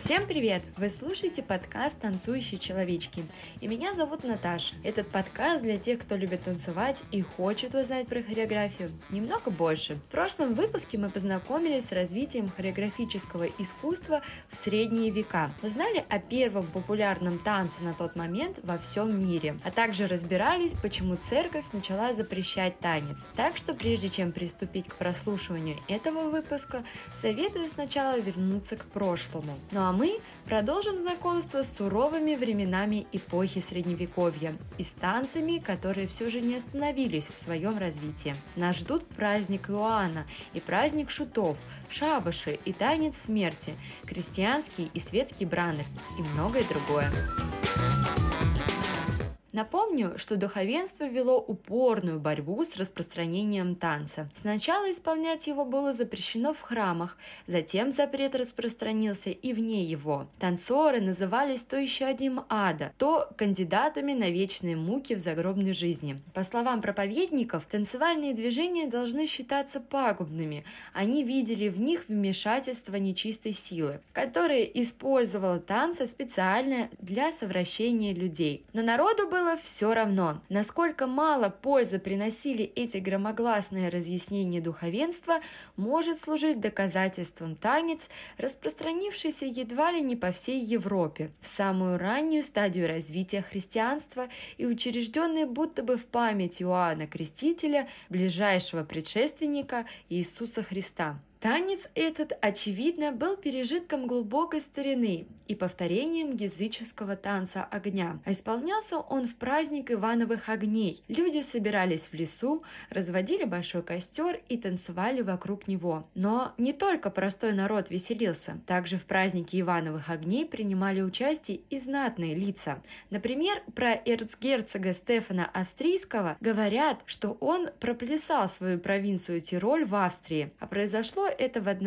Всем привет! Вы слушаете подкаст «Танцующие человечки», и меня зовут Наташа. Этот подкаст для тех, кто любит танцевать и хочет узнать про хореографию немного больше. В прошлом выпуске мы познакомились с развитием хореографического искусства в средние века, узнали о первом популярном танце на тот момент во всем мире, а также разбирались, почему церковь начала запрещать танец. Так что прежде чем приступить к прослушиванию этого выпуска, советую сначала вернуться к прошлому. Ну а мы продолжим знакомство с суровыми временами эпохи Средневековья и с танцами, которые все же не остановились в своем развитии. Нас ждут праздник Иоанна и праздник шутов, шабаши и танец смерти, крестьянский и светский бранных и многое другое. Напомню, что духовенство вело упорную борьбу с распространением танца. Сначала исполнять его было запрещено в храмах, затем запрет распространился и вне его. Танцоры назывались то исчадием ада, то кандидатами на вечные муки в загробной жизни. По словам проповедников, танцевальные движения должны считаться пагубными. Они видели в них вмешательство нечистой силы, которая использовала танцы специально для совращения людей. Но народу было все равно, насколько мало пользы приносили эти громогласные разъяснения духовенства, может служить доказательством танец, распространившийся едва ли не по всей Европе, в самую раннюю стадию развития христианства и учрежденный будто бы в память Иоанна Крестителя, ближайшего предшественника Иисуса Христа. Танец этот, очевидно, был пережитком глубокой старины и повторением языческого танца огня. А исполнялся он в праздник Ивановых огней. Люди собирались в лесу, разводили большой костер и танцевали вокруг него. Но не только простой народ веселился. Также в празднике Ивановых огней принимали участие и знатные лица. Например, про эрцгерцога Стефана Австрийского говорят, что он проплясал свою провинцию Тироль в Австрии, а произошло это в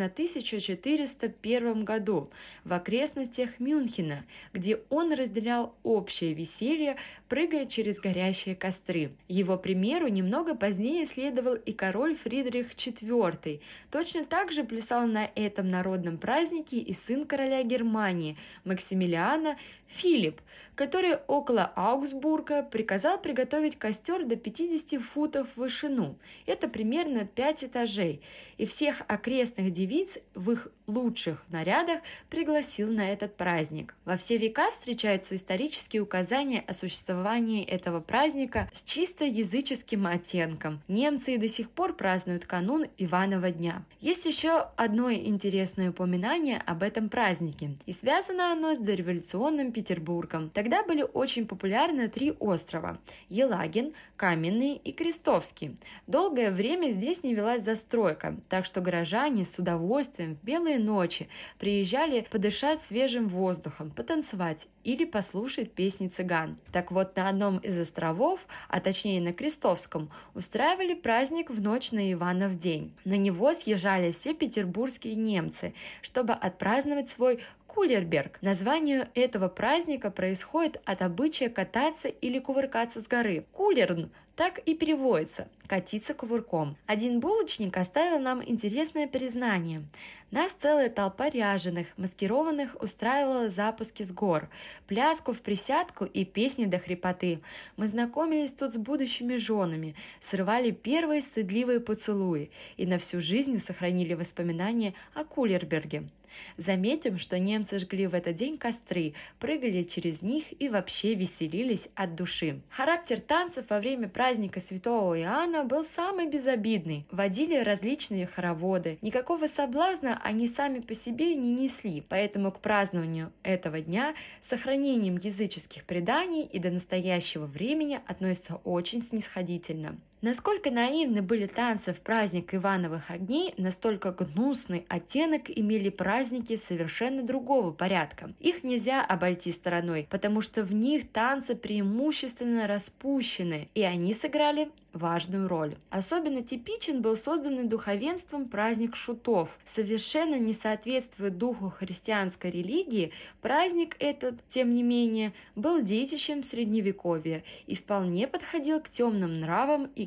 1401 году в окрестностях Мюнхена, где он разделял общее веселье, прыгая через горящие костры. Его примеру немного позднее следовал и король Фридрих IV. Точно так же плясал на этом народном празднике и сын короля Германии Максимилиана Филипп, который около Аугсбурга приказал приготовить костер до 50 футов в вышину. Это примерно 5 этажей, и всех окрестных девиц в их лучших нарядах пригласил на этот праздник. Во все века встречаются исторические указания о существовании этого праздника с чисто языческим оттенком. Немцы и до сих пор празднуют канун Иванова дня. Есть еще одно интересное упоминание об этом празднике, и связано оно с дореволюционным Петербургом. Тогда были очень популярны 3 острова – Елагин, Каменный и Крестовский. Долгое время здесь не велась застройка, так что горожане с удовольствием в белые ночи приезжали подышать свежим воздухом, потанцевать или послушать песни цыган. Так вот, на одном из островов, а точнее на Крестовском, устраивали праздник в ночь на Иванов день. На него съезжали все петербургские немцы, чтобы отпраздновать свой Кулерберг. Название этого праздника происходит от обычая кататься или кувыркаться с горы. Кулерн так и переводится – катиться кувырком. Один булочник оставил нам интересное признание. Нас целая толпа ряженых, маскированных устраивала запуски с гор, пляску в присядку и песни до хрипоты. Мы знакомились тут с будущими женами, срывали первые стыдливые поцелуи и на всю жизнь сохранили воспоминания о Кулерберге. Заметим, что немцы жгли в этот день костры, прыгали через них и вообще веселились от души. Характер танцев во время праздника Святого Иоанна был самый безобидный. Водили различные хороводы. Никакого соблазна они сами по себе не несли, поэтому к празднованию этого дня с сохранением языческих преданий и до настоящего времени относятся очень снисходительно. Насколько наивны были танцы в праздник Ивановых огней, настолько гнусный оттенок имели праздники совершенно другого порядка. Их нельзя обойти стороной, потому что в них танцы преимущественно распущены, и они сыграли важную роль. Особенно типичен был созданный духовенством праздник шутов. Совершенно не соответствуя духу христианской религии, праздник этот, тем не менее, был детищем Средневековья и вполне подходил к темным нравам и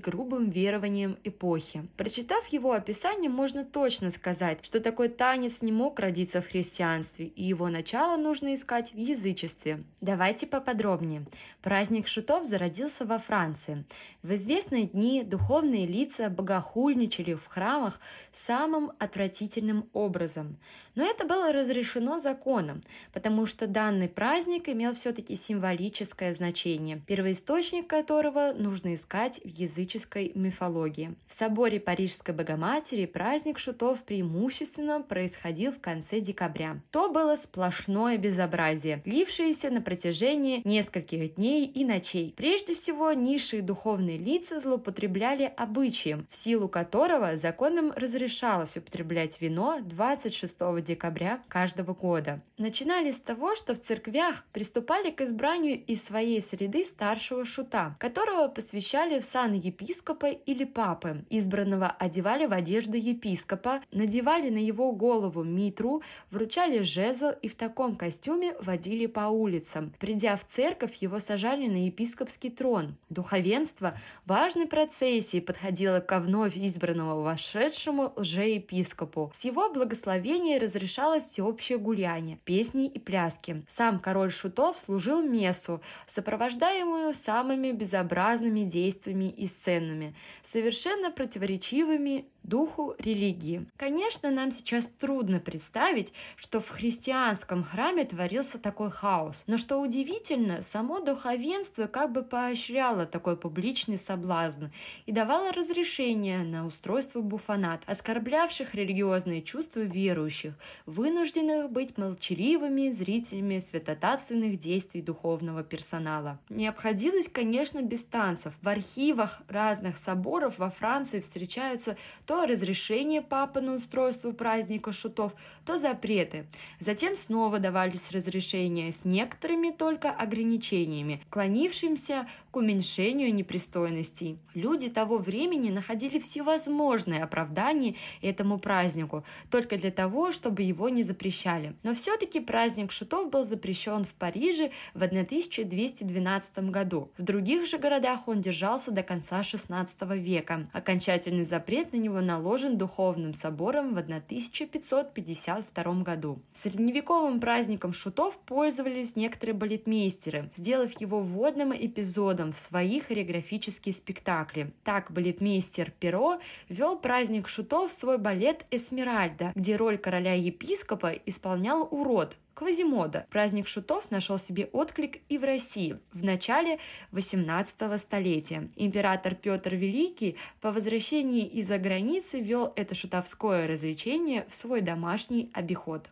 грубым верованиям эпохи. Прочитав его описание, можно точно сказать, что такой танец не мог родиться в христианстве, и его начало нужно искать в язычестве. Давайте поподробнее. Праздник шутов зародился во Франции. В известные дни духовные лица богохульничали в храмах самым отвратительным образом. Но это было разрешено законом, потому что данный праздник имел все-таки символическое значение, первоисточник которого нужно искать в языческой мифологии. В соборе Парижской Богоматери праздник шутов преимущественно происходил в конце декабря. То было сплошное безобразие, длившееся на протяжении нескольких дней и ночей. Прежде всего, низшие духовные лица злоупотребляли обычаем, в силу которого законом разрешалось употреблять вино 26 декабря каждого года. Начинали с того, что в церквях приступали к избранию из своей среды старшего шута, которого посвящали в сан епископа или папы. Избранного одевали в одежду епископа, надевали на его голову митру, вручали жезл и в таком костюме водили по улицам. Придя в церковь, его сажали на епископский трон. Духовенство важной процессией подходило ко вновь избранному вошедшему лжеепископу. С его благословения разрешалось всеобщее гуляние, песни и пляски. Сам король шутов служил мессу, сопровождаемую самыми безобразными действиями и сценами, совершенно противоречивыми духу религии. Конечно, нам сейчас трудно представить, что в христианском храме творился такой хаос, но что удивительно, само духовенство как бы поощряло такой публичный соблазн и давало разрешение на устройство буфонат, оскорблявших религиозные чувства верующих, вынужденных быть молчаливыми зрителями святотатственных действий духовного персонала. Не обходилось, конечно, без танцев. В архивах разных соборов во Франции встречаются то разрешение папы на устройство праздника шутов, то запреты. Затем снова давались разрешения с некоторыми только ограничениями, клонившимся к уменьшению непристойностей. Люди того времени находили всевозможные оправдания этому празднику, только для того, чтобы его не запрещали. Но все-таки праздник шутов был запрещен в Париже в 1212 году. В других же городах он держался до конца XVI века. Окончательный запрет на него наложен духовным собором в 1552 году. Средневековым праздником шутов пользовались некоторые балетмейстеры, сделав его вводным эпизодом в свои хореографические спектакли. Так балетмейстер Перо ввел праздник шутов в свой балет «Эсмеральда», где роль короля-епископа исполнял урод, Квазимода. Праздник шутов нашел себе отклик и в России в начале XVIII столетия. Император Петр Великий по возвращении из-за границы ввел это шутовское развлечение в свой домашний обиход.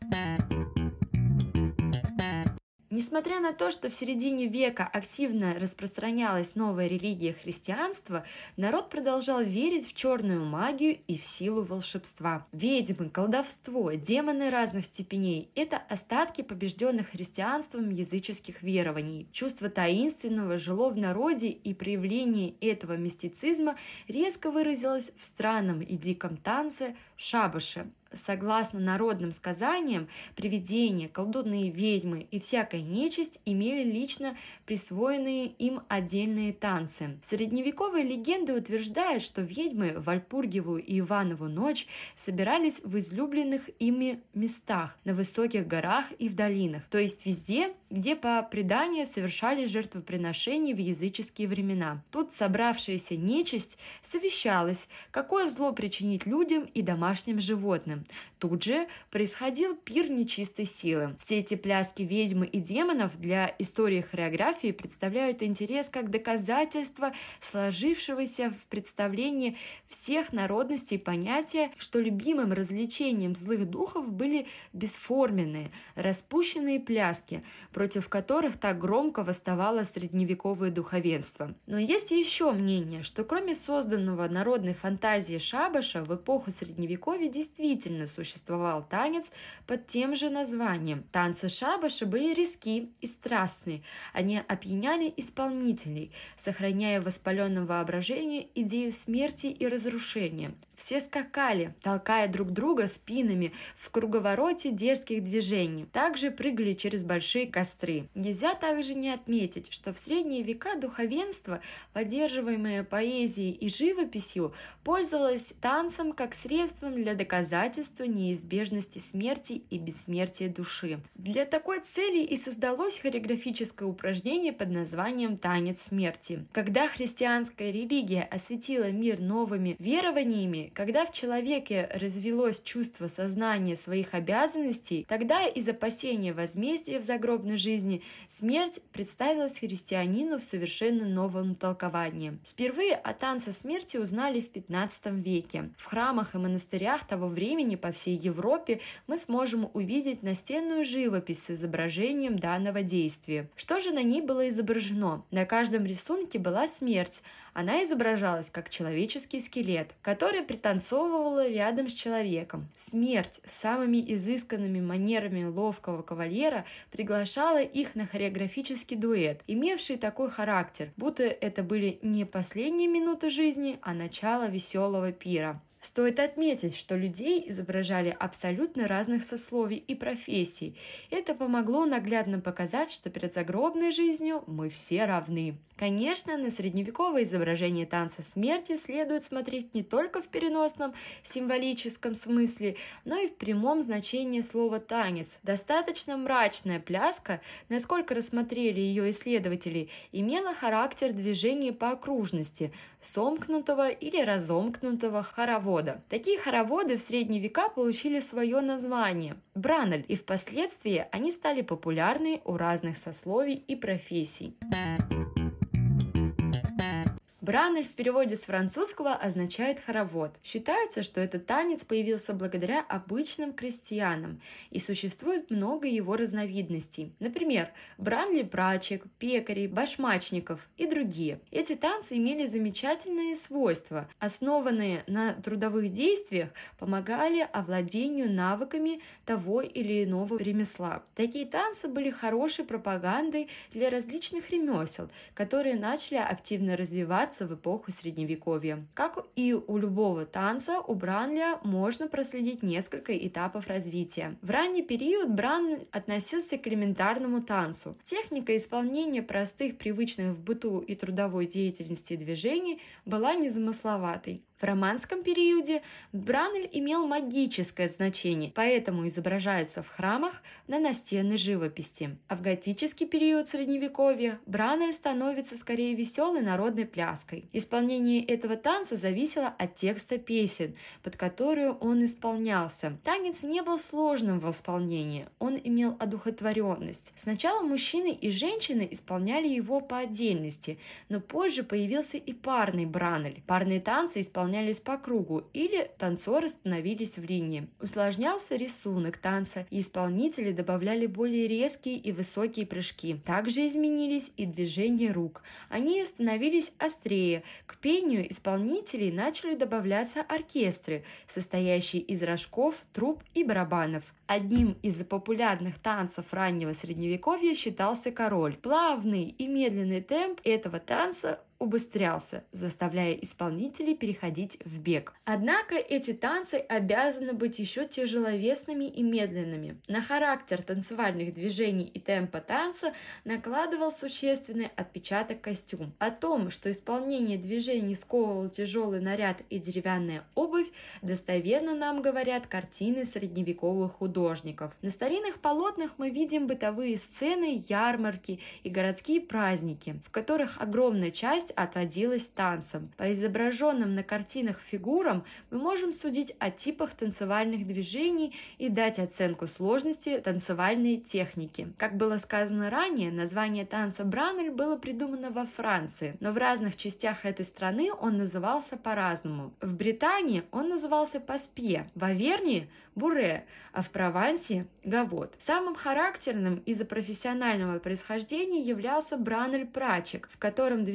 Несмотря на то, что в середине века активно распространялась новая религия христианства, народ продолжал верить в черную магию и в силу волшебства. Ведьмы, колдовство, демоны разных степеней – это остатки побежденных христианством языческих верований. Чувство таинственного жило в народе, и проявление этого мистицизма резко выразилось в странном и диком танце шабаше. Согласно народным сказаниям, привидения, колдуны, ведьмы и всякая нечисть имели лично присвоенные им отдельные танцы. Средневековые легенды утверждают, что ведьмы в Вальпургиевую и Иванову ночь собирались в излюбленных ими местах, на высоких горах и в долинах, то есть везде, где по преданию совершались жертвоприношения в языческие времена. Тут собравшаяся нечисть совещалась, какое зло причинить людям и домашним животным. Тут же происходил пир нечистой силы. Все эти пляски ведьмы и демонов для истории хореографии представляют интерес как доказательство сложившегося в представлении всех народностей понятия, что любимым развлечением злых духов были бесформенные, распущенные пляски, против которых так громко восставало средневековое духовенство. Но есть еще мнение, что кроме созданного народной фантазии шабаша в эпоху Средневековья действительно существовал танец под тем же названием. Танцы шабаша были резки и страстные, они опьяняли исполнителей, сохраняя в воспаленном воображении идею смерти и разрушения. Все скакали, толкая друг друга спинами в круговороте дерзких движений. Также прыгали через большие костры остры. Нельзя также не отметить, что в средние века духовенство, поддерживаемое поэзией и живописью, пользовалось танцем как средством для доказательства неизбежности смерти и бессмертия души. Для такой цели и создалось хореографическое упражнение под названием «Танец смерти». Когда христианская религия осветила мир новыми верованиями, когда в человеке развелось чувство сознания своих обязанностей, тогда из опасения возмездия в загробной жизни смерть представилась христианину в совершенно новом толковании. Впервые о танце смерти узнали в XV веке. В храмах и монастырях того времени по всей Европе мы сможем увидеть настенную живопись с изображением данного действия. Что же на ней было изображено? На каждом рисунке была смерть. Она изображалась как человеческий скелет, который пританцовывал рядом с человеком. Смерть самыми изысканными манерами ловкого кавальера приглашала их на хореографический дуэт, имевший такой характер, будто это были не последние минуты жизни, а начало веселого пира. Стоит отметить, что людей изображали абсолютно разных сословий и профессий. Это помогло наглядно показать, что перед загробной жизнью мы все равны. Конечно, на средневековое изображение танца смерти следует смотреть не только в переносном символическом смысле, но и в прямом значении слова «танец». Достаточно мрачная пляска, насколько рассмотрели ее исследователи, имела характер движения по окружности, сомкнутого или разомкнутого хоровода. Такие хороводы в средние века получили свое название – бранель, и впоследствии они стали популярны у разных сословий и профессий. Бранель в переводе с французского означает хоровод. Считается, что этот танец появился благодаря обычным крестьянам, и существует много его разновидностей. Например, бранли прачек, пекарей, башмачников и другие. Эти танцы имели замечательные свойства, основанные на трудовых действиях, помогали овладению навыками того или иного ремесла. Такие танцы были хорошей пропагандой для различных ремесел, которые начали активно развиваться в эпоху Средневековья. Как и у любого танца, у бранля можно проследить несколько этапов развития. В ранний период бранль относился к элементарному танцу. Техника исполнения простых, привычных в быту и трудовой деятельности движений была незамысловатой. В романском периоде бранль имел магическое значение, поэтому изображается в храмах на настенной живописи. А в готический период Средневековья бранль становится скорее веселой народной пляской. Исполнение этого танца зависело от текста песен, под которую он исполнялся. Танец не был сложным в исполнении, он имел одухотворенность. Сначала мужчины и женщины исполняли его по отдельности, но позже появился и парный бранль. Парные танцы исполнялись по кругу или танцоры становились в линии. Усложнялся рисунок танца, и исполнители добавляли более резкие и высокие прыжки. Также изменились и движения рук. Они становились острее. К пению исполнителей начали добавляться оркестры, состоящие из рожков, труб и барабанов. Одним из популярных танцев раннего Средневековья считался король. Плавный и медленный темп этого танца убыстрялся, заставляя исполнителей переходить в бег. Однако эти танцы обязаны быть еще тяжеловесными и медленными. На характер танцевальных движений и темпа танца накладывал существенный отпечаток костюм. О том, что исполнение движений сковывал тяжелый наряд и деревянная обувь, достоверно нам говорят картины средневековых художников. На старинных полотнах мы видим бытовые сцены, ярмарки и городские праздники, в которых огромная часть отводилась танцам. По изображенным на картинах фигурам мы можем судить о типах танцевальных движений и дать оценку сложности танцевальной техники. Как было сказано ранее, название танца бранль было придумано во Франции, но в разных частях этой страны он назывался по-разному. В Британии он назывался паспье, в Авернии – буре, а в Провансе – гавот. Самым характерным из-за профессионального происхождения являлся бранль прачек, в котором движения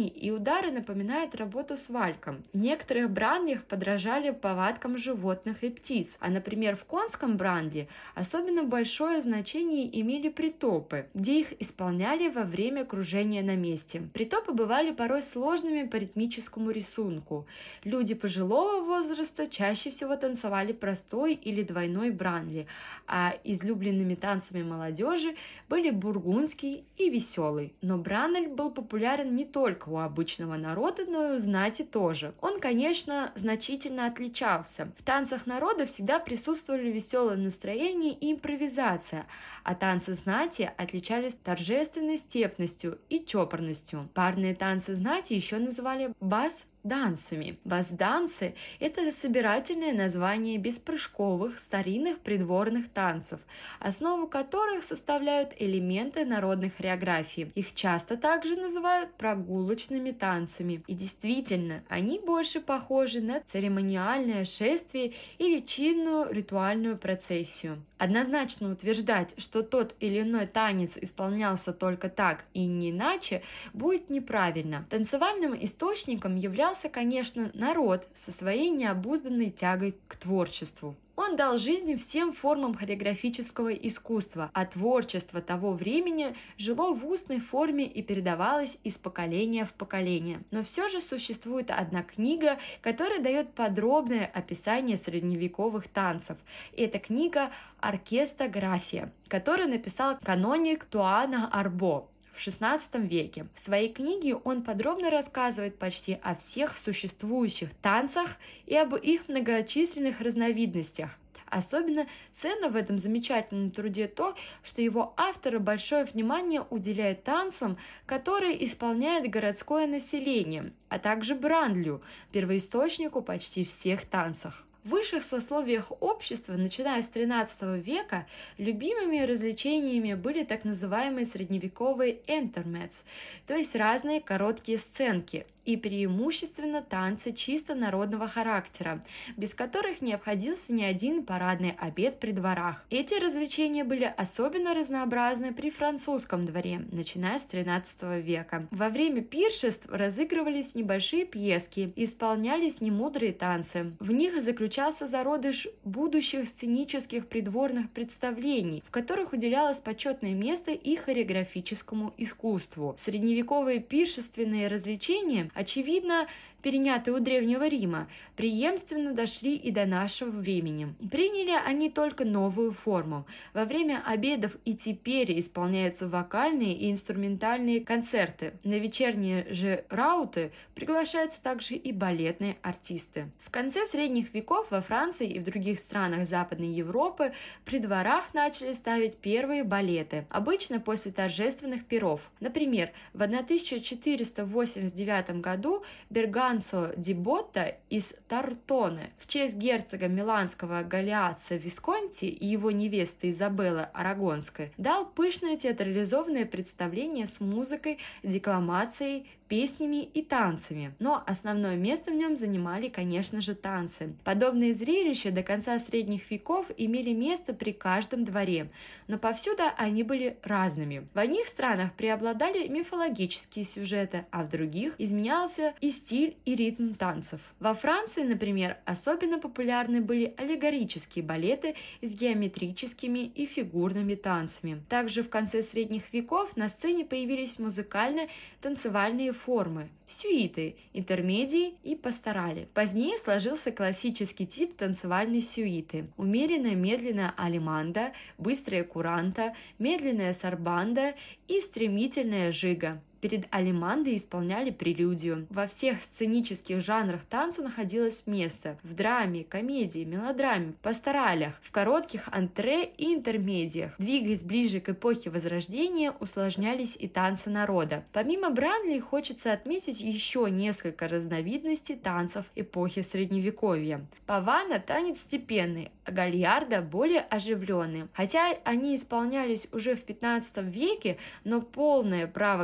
движений и удары напоминают работу с вальком. В некоторых бранлях подражали повадкам животных и птиц, а, например, в конском бранле особенно большое значение имели притопы, где их исполняли во время кружения на месте. Притопы бывали порой сложными по ритмическому рисунку. Люди пожилого возраста чаще всего танцевали простой или двойной бранли, а излюбленными танцами молодежи были бургундский и веселый. Но бранль был популярен не только у обычного народа, но и у знати тоже. Он, конечно, значительно отличался. В танцах народа всегда присутствовали веселое настроение и импровизация, а танцы знати отличались торжественной степностью и чопорностью. Парные танцы знати еще называли бас-дансами. Бас-дансы – это собирательное название беспрыжковых старинных придворных танцев, основу которых составляют элементы народной хореографии. Их часто также называют прогулочными танцами. И действительно, они больше похожи на церемониальное шествие или чинную ритуальную процессию. Однозначно утверждать, что тот или иной танец исполнялся только так и не иначе, будет неправильно. Танцевальным источником являлся, конечно, народ со своей необузданной тягой к творчеству. Он дал жизнь всем формам хореографического искусства, а творчество того времени жило в устной форме и передавалось из поколения в поколение. Но все же существует одна книга, которая дает подробное описание средневековых танцев. Это книга «Оркестрография», которую написал каноник Туана Арбо в XVI веке. В своей книге он подробно рассказывает почти о всех существующих танцах и об их многочисленных разновидностях. Особенно ценно в этом замечательном труде то, что его авторы большое внимание уделяют танцам, которые исполняет городское население, а также бранлю, первоисточнику почти всех танцев. В высших сословиях общества, начиная с XIII века, любимыми развлечениями были так называемые средневековые интермец, то есть разные короткие сценки, и преимущественно танцы чисто народного характера, без которых не обходился ни один парадный обед при дворах. Эти развлечения были особенно разнообразны при французском дворе, начиная с XIII века. Во время пиршеств разыгрывались небольшие пьески, исполнялись немудрые танцы. В них заключался зародыш будущих сценических придворных представлений, в которых уделялось почетное место и хореографическому искусству. Средневековые пиршественные развлечения, очевидно, перенятые у Древнего Рима, преемственно дошли и до нашего времени. Приняли они только новую форму. Во время обедов и теперь исполняются вокальные и инструментальные концерты. На вечерние же рауты приглашаются также и балетные артисты. В конце средних веков во Франции и в других странах Западной Европы при дворах начали ставить первые балеты, обычно после торжественных пиров. Например, в 1489 году Берганцо ди Ботто из Тартоне в честь герцога миланского Галиаццо Висконти и его невесты Изабеллы Арагонской дал пышное театрализованное представление с музыкой, декламацией, песнями и танцами. Но основное место в нем занимали, конечно же, танцы. Подобные зрелища до конца средних веков имели место при каждом дворе, но повсюду они были разными. В одних странах преобладали мифологические сюжеты, а в других изменялся и стиль, и ритм танцев. Во Франции, например, особенно популярны были аллегорические балеты с геометрическими и фигурными танцами. Также в конце средних веков на сцене появились музыкально-танцевальные формы – сюиты, интермедии и пасторали. Позднее сложился классический тип танцевальной сюиты – умеренная медленная алеманда, быстрая куранта, медленная сарбанда и стремительная жига. Перед алемандой исполняли прелюдию. Во всех сценических жанрах танцу находилось место – в драме, комедии, мелодраме, пасторалях, в коротких антре и интермедиях. Двигаясь ближе к эпохе Возрождения, усложнялись и танцы народа. Помимо бранли, хочется отметить еще несколько разновидностей танцев эпохи Средневековья. Павана – танец степенный, а гальярда – более оживленный. Хотя они исполнялись уже в XV веке, но полное право граждан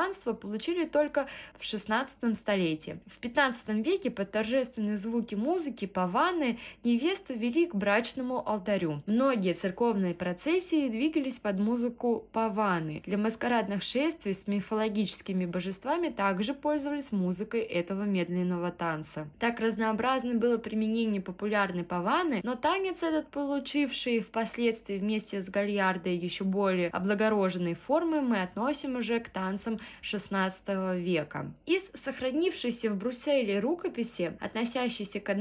гражданство получили только в XVI столетии. В XV веке под торжественные звуки музыки паваны невесту вели к брачному алтарю. Многие церковные процессии двигались под музыку паваны. Для маскарадных шествий с мифологическими божествами также пользовались музыкой этого медленного танца. Так разнообразно было применение популярной паваны, но танец этот, получивший впоследствии вместе с гальярдой еще более облагороженной формы, мы относим уже к танцам XVI века. Из сохранившейся в Брюсселе рукописи, относящейся к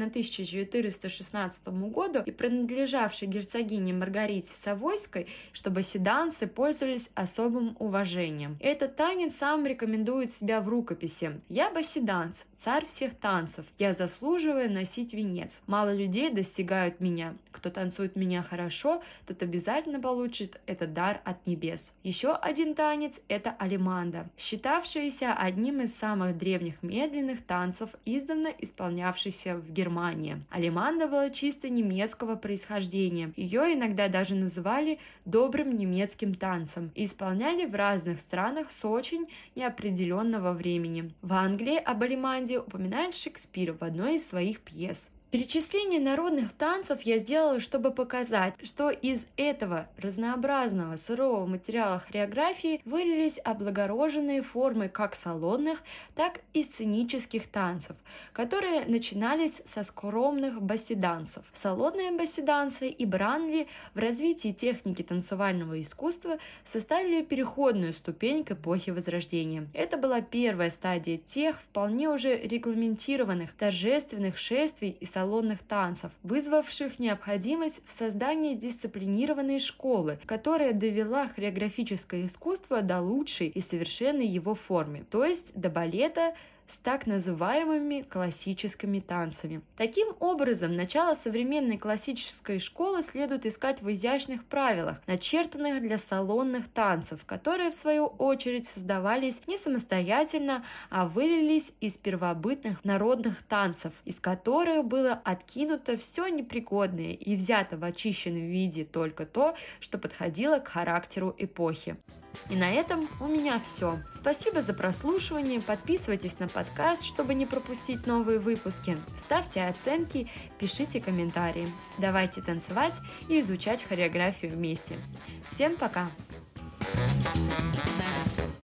1416 году и принадлежавшей герцогине Маргарите Савойской, что басиданцы пользовались особым уважением. Этот танец сам рекомендует себя в рукописи. «Я басиданц, царь всех танцев. Я заслуживаю носить венец. Мало людей достигают меня. Кто танцует меня хорошо, тот обязательно получит этот дар от небес». Еще один танец – это алеманда, считавшийся одним из самых древних медленных танцев, издавна исполнявшихся в Германии. Алеманда была чисто немецкого происхождения. Ее иногда даже называли добрым немецким танцем и исполняли в разных странах с очень неопределенного времени. В Англии об алеманде упоминает Шекспир в одной из своих пьес. Перечисление народных танцев я сделала, чтобы показать, что из этого разнообразного сырого материала хореографии вылились облагороженные формы как салонных, так и сценических танцев, которые начинались со скромных басиданцев. Салонные басиданцы и бранли в развитии техники танцевального искусства составили переходную ступень к эпохе Возрождения. Это была первая стадия тех вполне уже регламентированных торжественных шествий и салонных танцев, вызвавших необходимость в создании дисциплинированной школы, которая довела хореографическое искусство до лучшей и совершенной его формы, то есть до балета с так называемыми классическими танцами. Таким образом, начало современной классической школы следует искать в изящных правилах, начертанных для салонных танцев, которые, в свою очередь, создавались не самостоятельно, а вылились из первобытных народных танцев, из которых было откинуто все непригодное и взято в очищенном виде только то, что подходило к характеру эпохи. И на этом у меня все. Спасибо за прослушивание, подписывайтесь на подкаст, чтобы не пропустить новые выпуски, ставьте оценки, пишите комментарии. Давайте танцевать и изучать хореографию вместе. Всем пока!